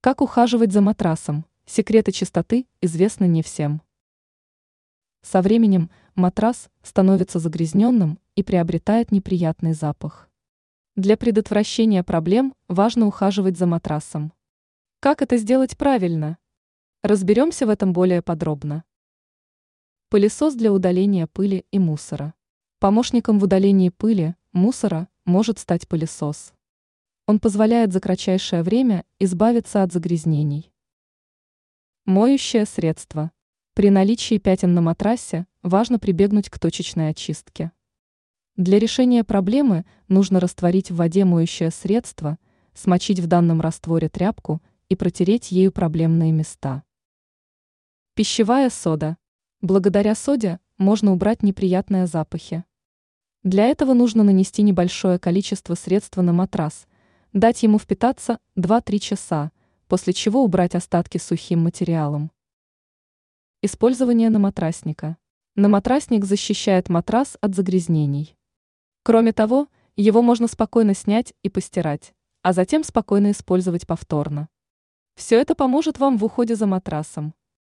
Как ухаживать за матрасом? Секреты чистоты известны не всем. Со временем матрас становится загрязненным и приобретает неприятный запах. Для предотвращения проблем важно ухаживать за матрасом. Как это сделать правильно? Разберемся в этом более подробно. Пылесос для удаления пыли и мусора. Помощником в удалении пыли, мусора может стать пылесос. Он позволяет за кратчайшее время избавиться от загрязнений. Моющее средство. При наличии пятен на матрасе важно прибегнуть к точечной очистке. Для решения проблемы нужно растворить в воде моющее средство, смочить в данном растворе тряпку и протереть ею проблемные места. Пищевая сода. Благодаря соде можно убрать неприятные запахи. Для этого нужно нанести небольшое количество средства на матрас, дать ему впитаться 2-3 часа, после чего убрать остатки сухим материалом. Использование наматрасника. Наматрасник защищает матрас от загрязнений. Кроме того, его можно спокойно снять и постирать, а затем спокойно использовать повторно. Все это поможет вам в уходе за матрасом.